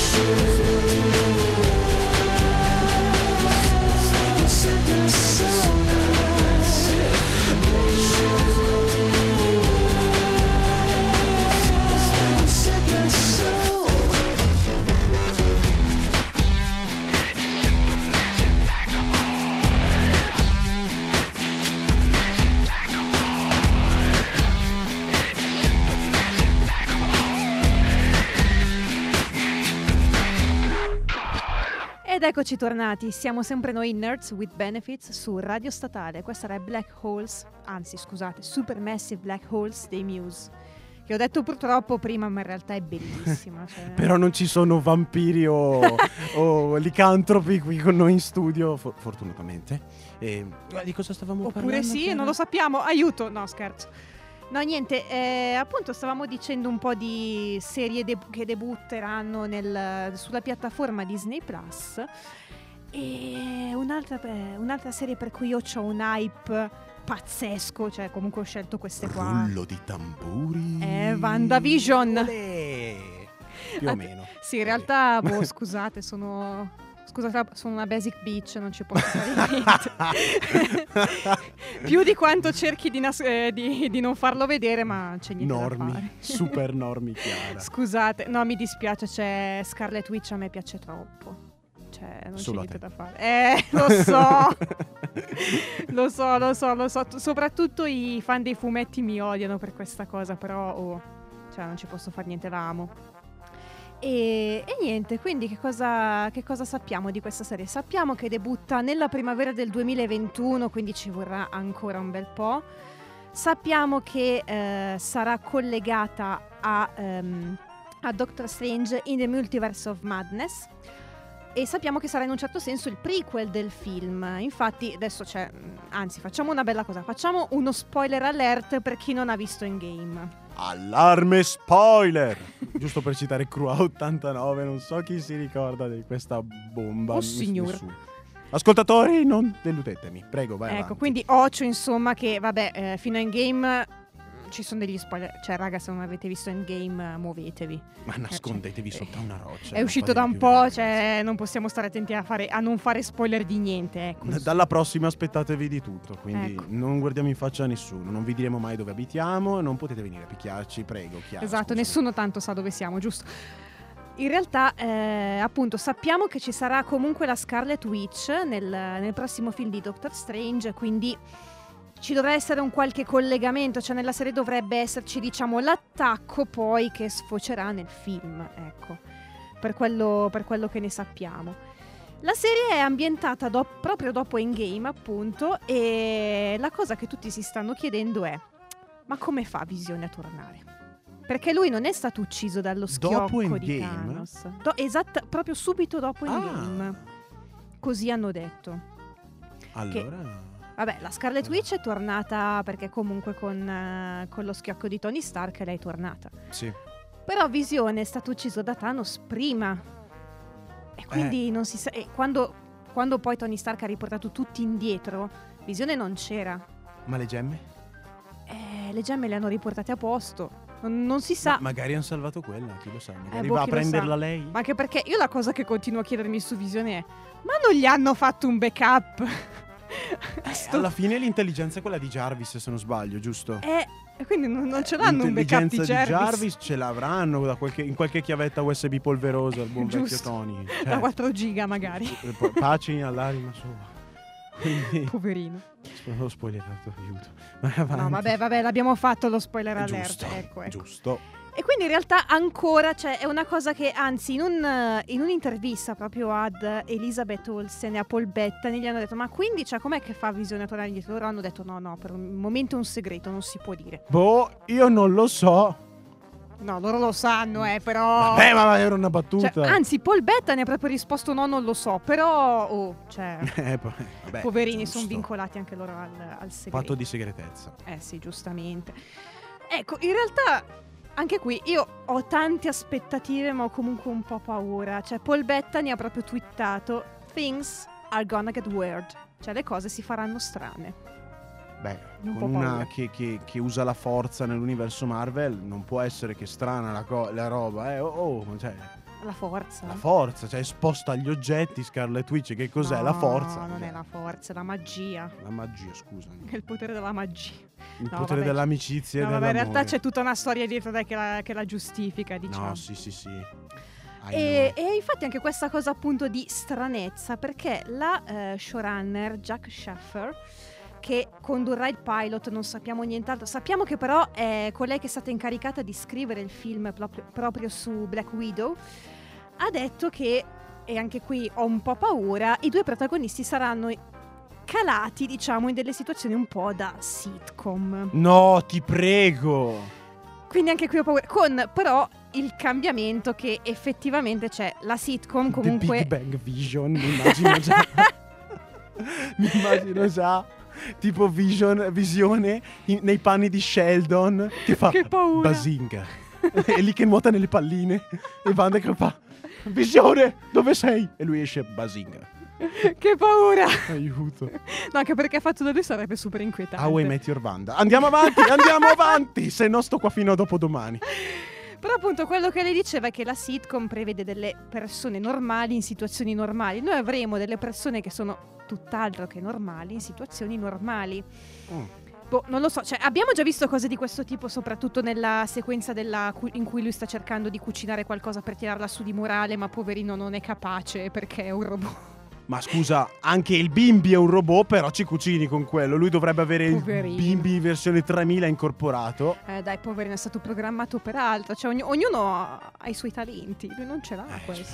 Ed eccoci tornati, siamo sempre noi Nerds with Benefits su Radio Statale. Questa era Black Holes, anzi scusate, Supermassive Black Holes dei Muse, che ho detto purtroppo prima, ma in realtà è bellissima. Cioè... Però non ci sono vampiri o, o licantropi qui con noi in studio, for- fortunatamente. E, di cosa stavamo Oppure parlando? sì, Chiara? non lo sappiamo, aiuto, no scherzo. No, niente, eh, appunto stavamo dicendo un po' di serie deb- che debutteranno nel, sulla piattaforma Disney Plus. E un'altra, beh, un'altra serie per cui io ho un hype pazzesco, cioè comunque ho scelto queste qua. Rullo di tamburi. Eh, WandaVision. Olè. Più o Ad- meno. Sì, in realtà, boh, scusate, sono... Scusate, sono una basic bitch, non ci posso fare niente. Più di quanto cerchi di, nas- eh, di, di non farlo vedere, ma c'è niente da fare. Normi, super normi, Chiara. Scusate, no, mi dispiace, c'è Scarlet Witch, a me piace troppo. Cioè, non Solo a c'è niente te. da fare. Eh, lo so. Lo so, lo so, lo so. T- soprattutto i fan dei fumetti mi odiano per questa cosa, però, oh, cioè, non ci posso fare niente, la amo. E, e niente, quindi che cosa, che cosa sappiamo di questa serie? Sappiamo che debutta nella primavera del duemilaventuno, quindi ci vorrà ancora un bel po'. Sappiamo che eh, sarà collegata a, um, a Doctor Strange in the Multiverse of Madness. E sappiamo che sarà in un certo senso il prequel del film. Infatti adesso c'è, anzi facciamo una bella cosa, facciamo uno spoiler alert per chi non ha visto Endgame. Allarme spoiler! Giusto per citare Crua ottantanove, non so chi si ricorda di questa bomba. Oh, Ness- signor. nessuno. Ascoltatori, non deludetemi, prego, vai Ecco, avanti. quindi Ocio, insomma, che vabbè, eh, fino a Endgame ci sono degli spoiler. Cioè, raga, se non avete visto Endgame, muovetevi. Ma nascondetevi cioè, sotto una roccia. È non uscito fate da un più po', veramente. cioè non possiamo stare attenti a, fare, a non fare spoiler di niente, ecco. Dalla prossima aspettatevi di tutto, quindi Ecco. non guardiamo in faccia a nessuno, non vi diremo mai dove abitiamo, non potete venire a picchiarci, prego, Chiara. Esatto, scusami. nessuno tanto sa dove siamo, giusto? In realtà, eh, appunto, sappiamo che ci sarà comunque la Scarlet Witch nel, nel prossimo film di Doctor Strange, quindi ci dovrà essere un qualche collegamento, cioè nella serie dovrebbe esserci, diciamo, l'attacco poi che sfocerà nel film, ecco, per quello, per quello che ne sappiamo. La serie è ambientata do- proprio dopo Endgame, appunto, e la cosa che tutti si stanno chiedendo è: ma come fa Visione a tornare? Perché lui non è stato ucciso dallo schiocco di Endgame? Thanos. Do- esatta, proprio subito dopo Ah. Endgame. Così hanno detto. Allora... Vabbè, la Scarlet Witch è tornata perché comunque con, eh, con lo schiocco di Tony Stark lei è tornata. Sì. Però Visione è stato ucciso da Thanos prima. E quindi Eh. non si sa... E quando, quando poi Tony Stark ha riportato tutti indietro, Visione non c'era. Ma le gemme? Eh, le gemme le hanno riportate a posto. Non, non si sa. Ma magari hanno salvato quella, chi lo sa, magari boh, va a chi lo prenderla sa. lei. Ma anche perché io la cosa che continuo a chiedermi su Visione è: ma non gli hanno fatto un backup? Eh, Sto- alla fine l'intelligenza è quella di Jarvis, se non sbaglio, giusto? Eh, quindi non, non ce l'hanno un backup di L'intelligenza Jarvis, ce l'avranno da qualche- in qualche chiavetta U S B polverosa, il buon vecchio Giusto. Tony. da Cioè, quattro giga magari. eh, pa- pace all'anima sua. Quindi Poverino. l'ho spoilerato, aiuto. Vai avanti. No, vabbè, vabbè, l'abbiamo fatto lo spoiler È alert. giusto, Ecco, ecco. giusto. E quindi in realtà ancora, cioè, è una cosa che, anzi, in, un, eh, in un'intervista proprio ad Elizabeth Olsen e a Paul Bettany gli hanno detto: ma quindi, cioè, com'è che fa Visione a tornare indietro? Loro hanno detto: no, no, per un momento è un segreto, non si può dire. Boh, io non lo so. No, loro lo sanno, eh, però... Vabbè, ma era una battuta. Cioè, anzi, Paul Bettany ha proprio risposto: no, non lo so, però... Oh, cioè... Eh, poi, vabbè, Poverini, giusto. sono vincolati anche loro al, al segreto. Patto di segretezza. Eh sì, giustamente. Ecco, in realtà anche qui io ho tante aspettative, ma ho comunque un po' paura. Cioè, Paul Bettany ha proprio twittato: things are gonna get weird. Cioè, le cose si faranno strane. Beh, Un con po' una paura. che, che- che usa la forza nell'universo Marvel, non può essere che strana la, co- la roba, eh. Oh, oh, cioè, La forza. La forza, cioè sposta gli oggetti Scarlet Witch, che cos'è? No, La forza. No, non cos'è? è la forza, è la magia. La magia, scusami. È il potere della magia. Il No, potere vabbè, dell'amicizia No, e vabbè, in dell'amore. realtà c'è tutta una storia dietro dai, che, la, che la giustifica, diciamo. No, sì, sì, sì. I E, know. e infatti anche questa cosa appunto di stranezza, perché la eh, showrunner Jack Sheffer, che condurrà il pilot, non sappiamo nient'altro, sappiamo che però è colei che è stata incaricata di scrivere il film proprio, proprio su Black Widow, ha detto che, e anche qui ho un po' paura, i due protagonisti saranno calati, diciamo, in delle situazioni un po' da sitcom. No, ti prego. Quindi anche qui ho paura, con però il cambiamento che effettivamente c'è. La sitcom comunque... The Big Bang Vision, mi immagino già. mi immagino già. Tipo Vision, visione in- nei panni di Sheldon che fa Che paura. Bazinga. È lì che nuota nelle palline e Wanda che fa Visione, dove sei? E lui esce Bazinga. Che paura! Aiuto. No, anche perché fatto da lui sarebbe super inquietante. How I Met Your Wanda. Andiamo avanti, andiamo avanti. Se no sto qua fino a dopodomani. Però appunto quello che lei diceva è che la sitcom prevede delle persone normali in situazioni normali. Noi avremo delle persone che sono tutt'altro che normali in situazioni normali. Mm. Boh, non lo so, cioè abbiamo già visto cose di questo tipo, soprattutto nella sequenza della cu- in cui lui sta cercando di cucinare qualcosa per tirarla su di morale, ma poverino non è capace perché è un robot. Ma scusa, anche il Bimbi è un robot, però ci cucini con quello. Lui dovrebbe avere Poverino. il Bimbi versione tremila incorporato. Eh dai, poverino, è stato programmato per altro, cioè ogni- ognuno ha, ha i suoi talenti, lui non ce l'ha Eh, questo.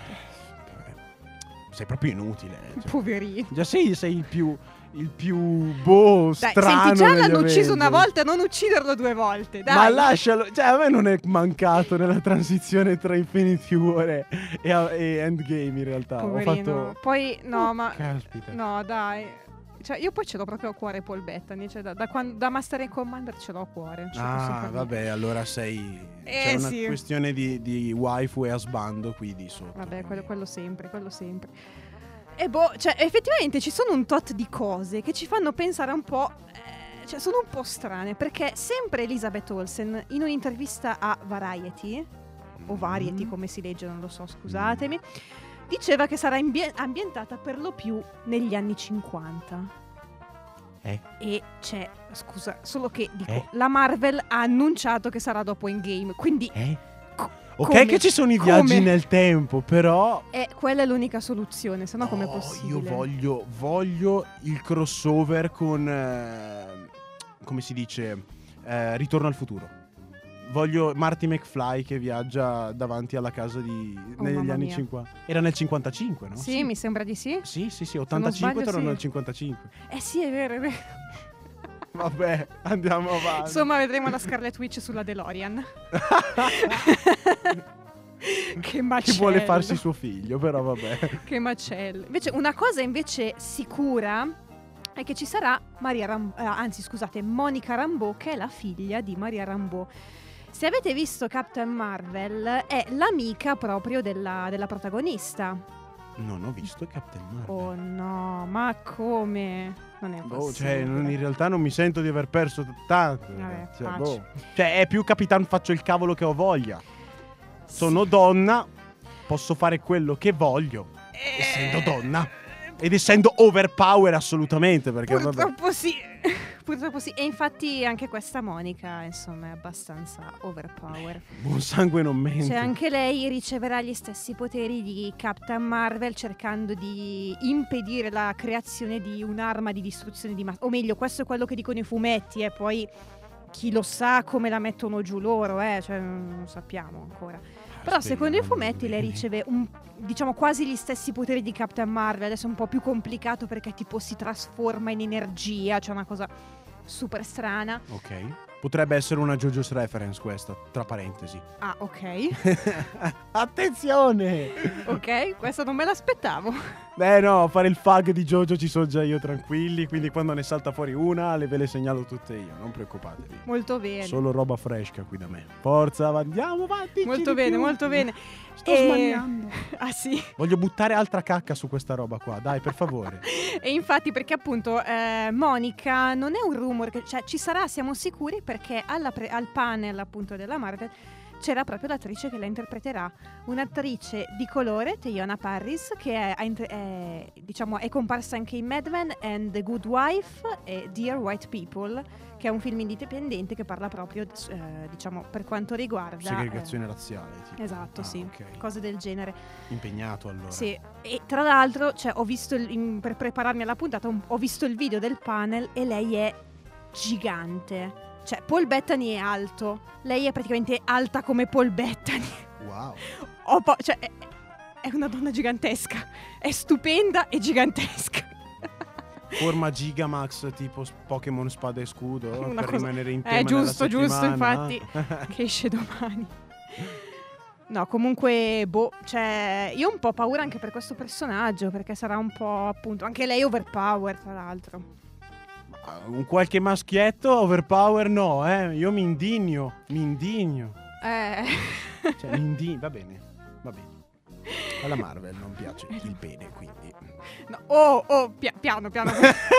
Sei proprio inutile. cioè. Poverino. Già sei, sei il più il più boh, Dai, strano. senti, già negli l'hanno ucciso una Avengers. volta, non ucciderlo due volte, dai. Ma lascialo, cioè a me non è mancato nella transizione tra Infinity War e, e, e Endgame in realtà. Poverino. Ho fatto... Poi, no, Oh, ma... caspita. No, dai. Cioè, io poi ce l'ho proprio a cuore Paul Bettany. Cioè, da, da, quando- da Master and Commander ce l'ho a cuore. non ce lo posso far Ah, niente. vabbè, allora sei... Eh, C'è una sì. questione di, di waifu e asbando qui di sotto. Vabbè, quindi- quello, quello sempre, quello sempre. E boh, cioè, effettivamente ci sono un tot di cose che ci fanno pensare un po'... eh, cioè, sono un po' strane. Perché sempre Elizabeth Olsen, in un'intervista a Variety, o Variety Mm. come si legge, non lo so, scusatemi, diceva che sarà ambie- ambientata per lo più negli anni cinquanta. Eh? E c'è, scusa, solo che dico, Eh? la Marvel ha annunciato che sarà dopo Endgame, quindi Eh? co- Ok come? che ci sono i viaggi Come? nel tempo, però... è, quella è l'unica soluzione, se no com'è No, possibile? io voglio, voglio il crossover con, eh, come si dice, eh, Ritorno al futuro. Voglio Marty McFly che viaggia davanti alla casa di... Oh, negli mamma anni mia. cinquanta. Era nel cinquantacinque, no? Sì, mi sembra di sì. Sì, sì, sì, ottantacinque sbaglio, tornano sì. nel cinquantacinque. Eh sì, è vero, è vero. Vabbè, andiamo avanti. Insomma, vedremo la Scarlet Witch sulla DeLorean. Che che macello. vuole farsi suo figlio, però vabbè. Che macello. Invece, una cosa invece sicura è che ci sarà Maria Ram- eh, anzi, scusate, Monica Rambeau, che è la figlia di Maria Rambeau. Se avete visto Captain Marvel, è l'amica proprio della, della protagonista. Non ho visto Captain Marvel. Oh no, ma come? Non è Boh, possibile. cioè, non- in realtà non mi sento di aver perso t- tanto. Vabbè, cioè, faccio. boh. Cioè, è più Capitan faccio il cavolo che ho voglia. Sono donna, posso fare quello che voglio, Eh, essendo donna. Ed essendo overpower assolutamente, perché vabbè. Purtroppo sì. Purtroppo sì. E infatti anche questa Monica, insomma, è abbastanza overpower. Buon sangue non mente. Cioè anche lei riceverà gli stessi poteri di Captain Marvel, cercando di impedire la creazione di un'arma di distruzione di massa. O meglio, questo è quello che dicono i fumetti, e poi chi lo sa come la mettono giù loro, eh, cioè non lo sappiamo ancora. Però secondo i fumetti lei riceve un, diciamo, quasi gli stessi poteri di Captain Marvel. Adesso è un po' più complicato perché tipo si trasforma in energia, cioè una cosa super strana. Ok. Potrebbe essere una JoJo's reference questa, tra parentesi. Ah, ok. Attenzione! Ok, questa non me l'aspettavo. Beh no, a fare il fag di JoJo ci sono già io tranquilli, quindi quando ne salta fuori una le ve le segnalo tutte io, non preoccupatevi. Molto bene. Solo roba fresca qui da me. Forza, andiamo avanti. Molto bene, molto bene. Sto E- smaniando. Ah sì. Voglio buttare altra cacca su questa roba qua, dai, per favore. E infatti perché appunto eh, Monica non è un rumor che, cioè ci sarà, siamo sicuri, perché alla pre- al panel appunto della Marvel c'era proprio l'attrice che la interpreterà, un'attrice di colore, Teyonah Parris, che è, è, è, diciamo, è comparsa anche in Mad Men and The Good Wife e Dear White People, che è un film indipendente che parla proprio, eh, diciamo, per quanto riguarda segregazione eh, razziale, tipo. esatto, Ah, sì, ok. cose del genere. Impegnato allora. Sì, e tra l'altro, cioè, ho visto il- in- per prepararmi alla puntata, un- ho visto il video del panel e lei è gigante. Cioè, Paul Bettany è alto, lei è praticamente alta come Paul Bettany. Wow. Ho pa- cioè, è, è una donna gigantesca, è stupenda e gigantesca. Forma Gigamax tipo s- Pokémon Spada e Scudo Una per cosa- rimanere in Eh, tema giusto, nella giusto, settimana. infatti. Che esce domani. No, comunque, boh, cioè, io ho un po' paura anche per questo personaggio, perché sarà un po', appunto, anche lei overpower, tra l'altro. Un qualche maschietto overpower no, eh. Io mi indigno, mi indigno. Eh. Cioè, mi indigno, va bene, va bene. Alla Marvel non piace il bene, quindi. No, oh, oh, pia- piano, piano.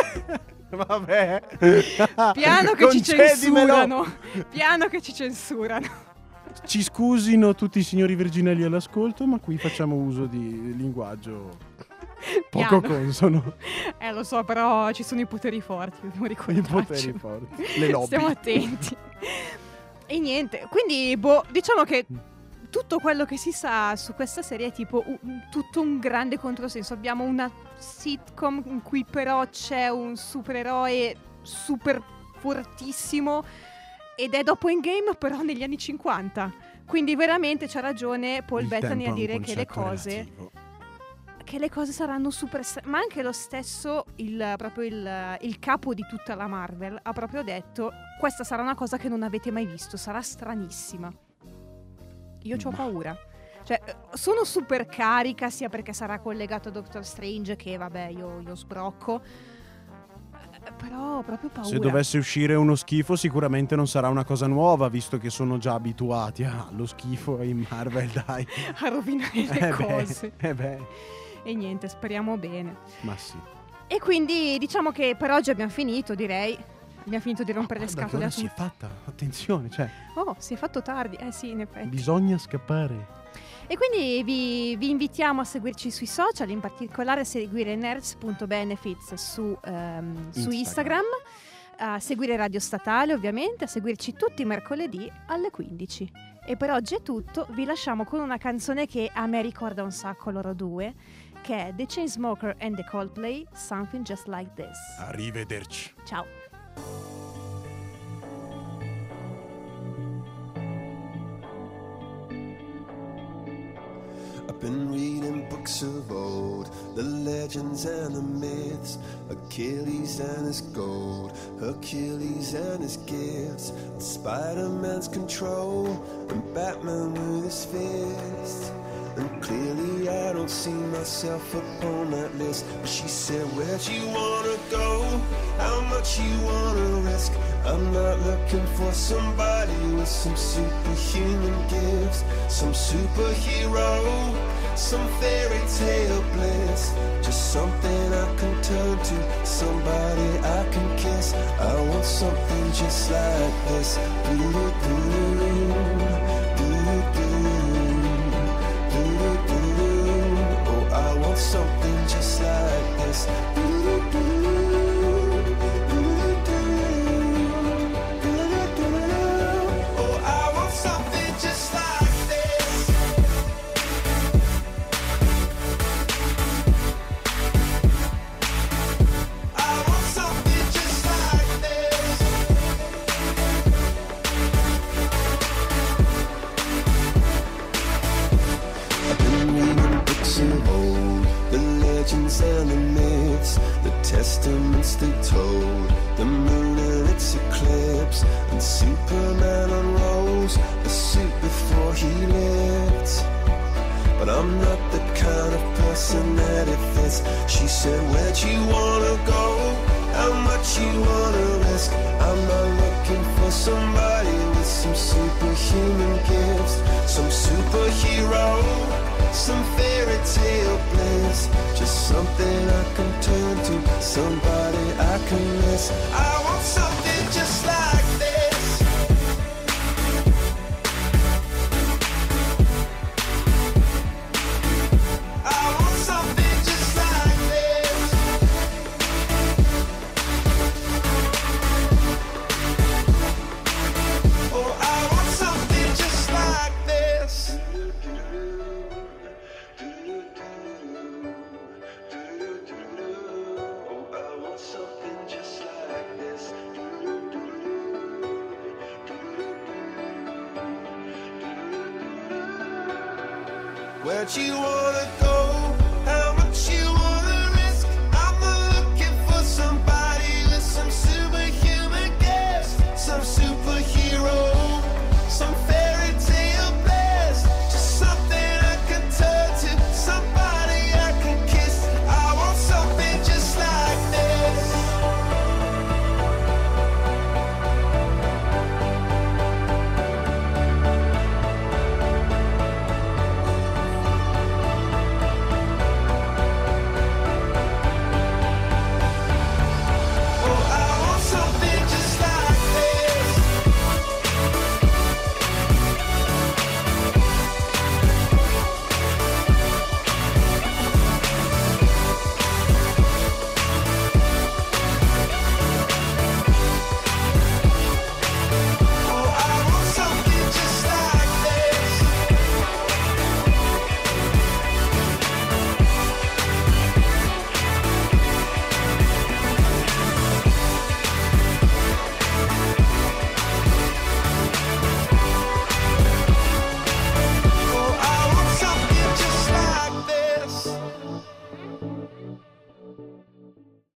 Vabbè. Piano che ci Concedimelo. censurano. Piano che ci censurano. Ci scusino tutti i signori virginelli all'ascolto, ma qui facciamo uso di linguaggio poco Piano. consono. Eh, lo so, però ci sono i poteri forti, dobbiamo I ricordarci. poteri forti. Le lobby. Stiamo attenti. E niente, quindi, boh, diciamo che tutto quello che si sa su questa serie è tipo un- tutto un grande controsenso. Abbiamo una sitcom in cui però c'è un supereroe super fortissimo ed è dopo Endgame però negli anni cinquanta. Quindi veramente c'ha ragione Paul Il Bettany tempo è a un dire che le concetto cose relativo. che le cose saranno super stra- ma anche lo stesso il, proprio il, il capo di tutta la Marvel ha proprio detto questa sarà una cosa che non avete mai visto, sarà stranissima. Io c'ho Ma- paura, cioè sono super carica sia perché sarà collegato a Doctor Strange che vabbè io, io sbrocco. Eh, però ho proprio paura. Se dovesse uscire uno schifo sicuramente non sarà una cosa nuova, visto che sono già abituati allo schifo in Marvel, dai. a rovinare le Eh cose beh, eh beh, e niente, speriamo bene. ma sì. E quindi diciamo che per oggi abbiamo finito, direi. Abbiamo finito di rompere le Guarda che scatole a ora si è tutti. fatta, attenzione, cioè, Oh, si è fatto tardi. Eh sì, in effetti. bisogna scappare. E quindi vi, vi invitiamo a seguirci sui social, in particolare a seguire nerds punto benefits su, ehm, su Instagram, Instagram. a seguire Radio Statale ovviamente, a seguirci tutti i mercoledì alle quindici. E per oggi è tutto, vi lasciamo con una canzone che a me ricorda un sacco loro due, che è The Chainsmokers and the Coldplay, Something Just Like This. Arrivederci. Ciao! I've been reading books of old, the legends and the myths, Achilles and his gold, Hercules and his gifts, Spider-Man's control, and Batman with his fists. And clearly I don't see myself upon that list. But she said, where'd you wanna go? How much you wanna risk? I'm not looking for somebody with some superhuman gifts, some superhero, some fairy tale bliss. Just something I can turn to, somebody I can kiss. I want something just like this. Doo-doo-doo, doo-doo-doo. Oh, I want something just like this. Oh, I want something just like this. I want something just like this. I've been reading books of old, the legends and the myths, the testaments they told, the moon and its eclipse, and Superman unrolls a suit before he lived. But I'm not the kind of person that it fits. She said, where'd you wanna go? How much you wanna risk? I'm not looking for somebody with some superhuman gifts, some superhero, some fairy tale bliss. Just something I can turn to, somebody I can miss. I want something just like this. Where'd you wanna go?